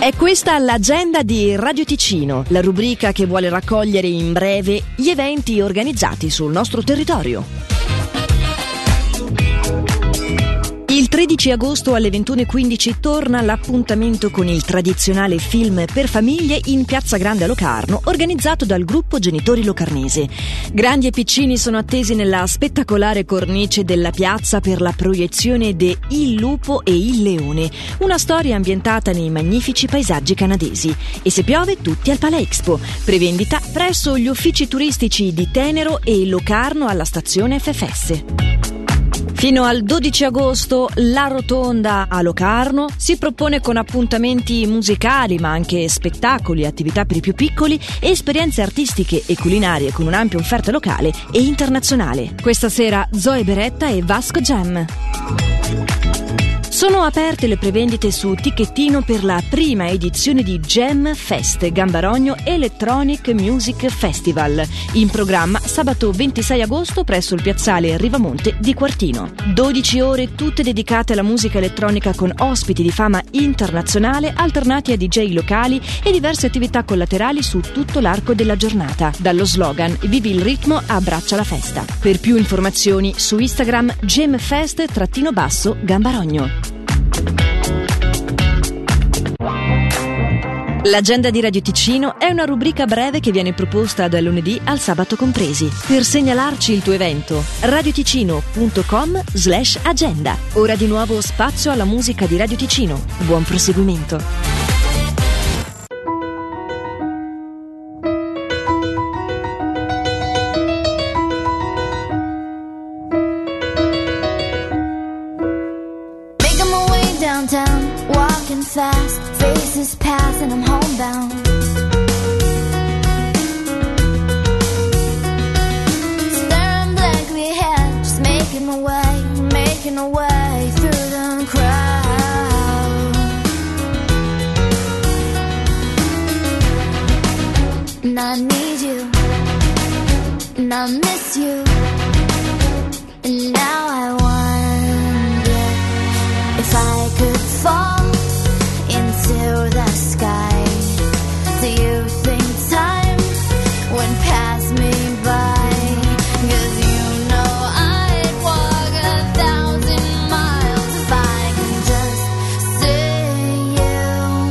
È questa l'agenda di Radio Ticino, la rubrica che vuole raccogliere in breve gli eventi organizzati sul nostro territorio. Il 13 agosto alle 21:15 torna l'appuntamento con il tradizionale film per famiglie in Piazza Grande a Locarno, organizzato dal gruppo Genitori Locarnese. Grandi e piccini sono attesi nella spettacolare cornice della piazza per la proiezione de Il lupo e il leone, una storia ambientata nei magnifici paesaggi canadesi. E se piove, tutti al Palexpo. Prevendita presso gli uffici turistici di Tenero e Locarno alla stazione FFS. Fino al 12 agosto la Rotonda a Locarno si propone con appuntamenti musicali, ma anche spettacoli, attività per i più piccoli e esperienze artistiche e culinarie con un'ampia offerta locale e internazionale. Questa sera Zoe Beretta e Vasco Jam. Sono aperte le prevendite su Ticchettino per la prima edizione di Jam Fest Gambarogno Electronic Music Festival, in programma sabato 26 agosto presso il piazzale Rivamonte di Quartino. 12 ore tutte dedicate alla musica elettronica con ospiti di fama internazionale alternati a DJ locali e diverse attività collaterali su tutto l'arco della giornata. Dallo slogan "Vivi il ritmo, abbraccia la festa". Per più informazioni su Instagram jamfest_Gambarogno. L'agenda di Radio Ticino è una rubrica breve che viene proposta dal lunedì al sabato compresi. Per segnalarci il tuo evento, radioticino.com/agenda. Ora di nuovo spazio alla musica di Radio Ticino. Buon proseguimento. Downtown, walking fast, faces pass and I'm homebound. Staring blankly ahead, just making my way through the crowd. And I need you, and I miss you, and now I wonder if I could fall into the sky. Do you think time would pass me by? 'Cause you know I'd walk 1,000 miles if I could just see you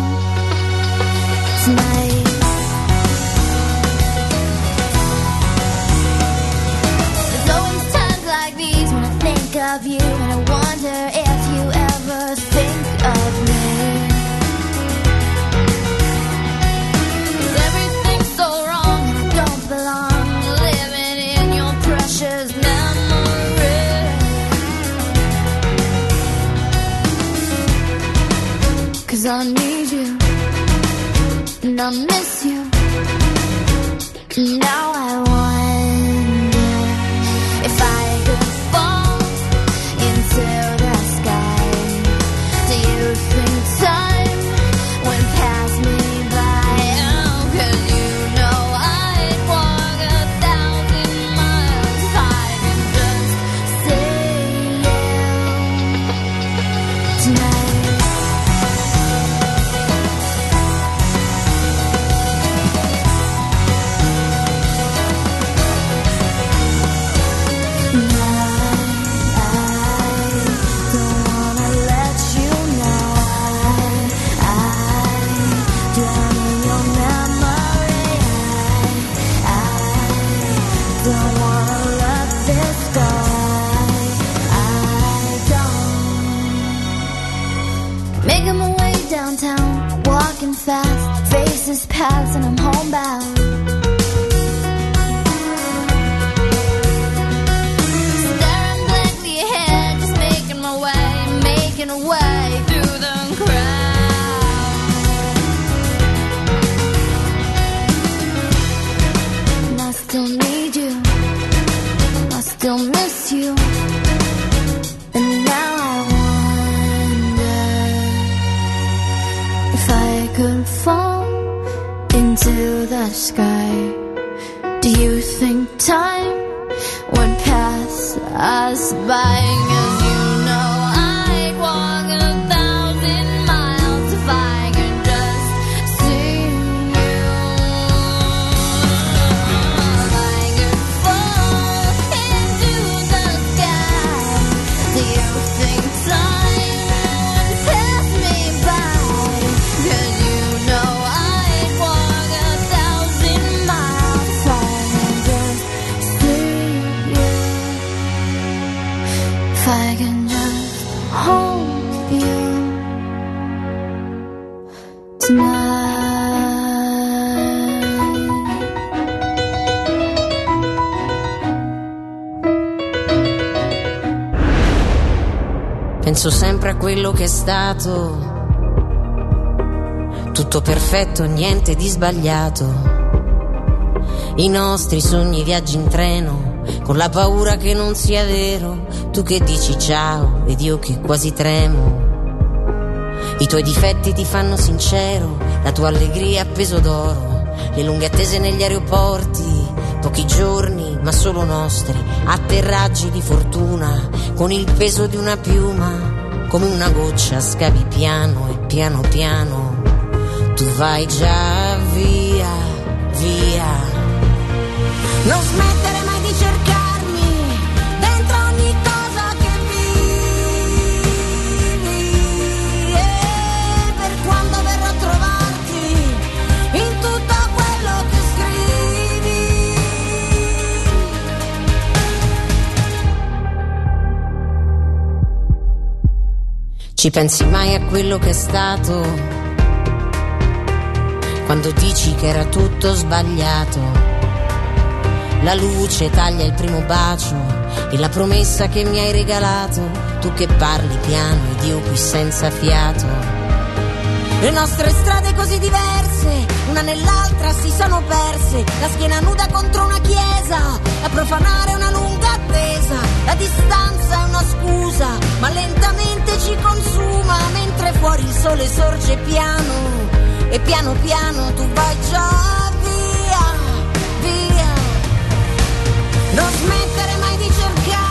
tonight. There's always times like these when I think of you, and I wonder if you ever think of me. 'Cause everything's so wrong and I don't belong, living in your precious memory. 'Cause I need you and I miss you, and now I wonder if I could fall into the sky. Do you think time would pass me by? Oh, 'cause you know I'd walk 1,000 miles if I could just see you tonight. Making my way downtown, walking fast, faces pass and I'm homebound. Staring blankly ahead, just making my way through the crowd. And I still need you, I still miss you, and now I wonder if I could fall into the sky. Do you think time would pass us by? 'Cause you know I'd walk 1,000 miles if I could just you tonight. Penso sempre a quello che è stato, tutto perfetto, niente di sbagliato. I nostri sogni, viaggi in treno, con la paura che non sia vero. Tu che dici ciao ed io che quasi tremo. I tuoi difetti ti fanno sincero, la tua allegria a peso d'oro, le lunghe attese negli aeroporti, pochi giorni ma solo nostri, atterraggi di fortuna con il peso di una piuma, come una goccia scavi piano e piano piano tu vai già via, via. Non smettere mai di cercarmi dentro ogni cosa che vivi, e per quando verrò a trovarti in tutto quello che scrivi. Ci pensi mai a quello che è stato, quando dici che era tutto sbagliato? La luce taglia il primo bacio e la promessa che mi hai regalato, tu che parli piano ed io qui senza fiato. Le nostre strade così diverse, una nell'altra si sono perse, la schiena nuda contro una chiesa, a profanare una lunga attesa. La distanza è una scusa, ma lentamente ci consuma, mentre fuori il sole sorge piano, e piano piano tu vai già via, via. Non smettere mai di cercare